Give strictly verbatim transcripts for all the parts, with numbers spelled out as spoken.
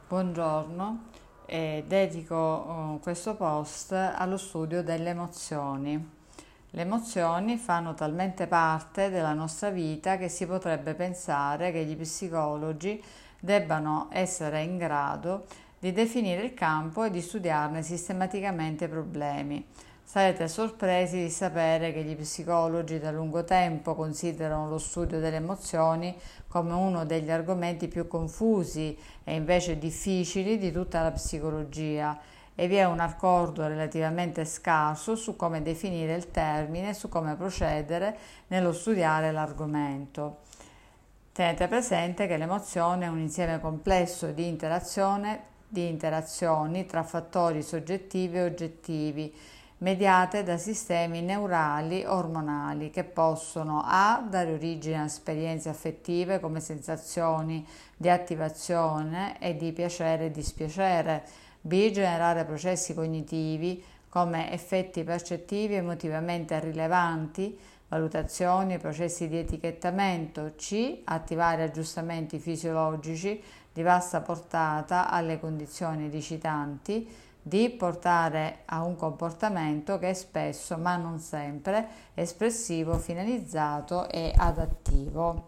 Buongiorno, e dedico eh, questo post allo studio delle emozioni. Le emozioni fanno talmente parte della nostra vita che si potrebbe pensare che gli psicologi debbano essere in grado di definire il campo e di studiarne sistematicamente i problemi. Sarete sorpresi di sapere che gli psicologi da lungo tempo considerano lo studio delle emozioni come uno degli argomenti più confusi e invece difficili di tutta la psicologia, e vi è un accordo relativamente scarso su come definire il termine e su come procedere nello studiare l'argomento. Tenete presente che l'emozione è un insieme complesso di interazione, di interazioni tra fattori soggettivi e oggettivi, mediate da sistemi neurali ormonali che possono A. dare origine a esperienze affettive come sensazioni di attivazione e di piacere e dispiacere, B. generare processi cognitivi come effetti percettivi emotivamente rilevanti, valutazioni, processi di etichettamento, C. attivare aggiustamenti fisiologici di vasta portata alle condizioni elicitanti, D. portare a un comportamento che è spesso, ma non sempre, espressivo, finalizzato e adattivo.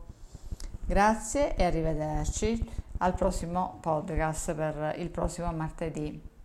Grazie e arrivederci al prossimo podcast per il prossimo martedì.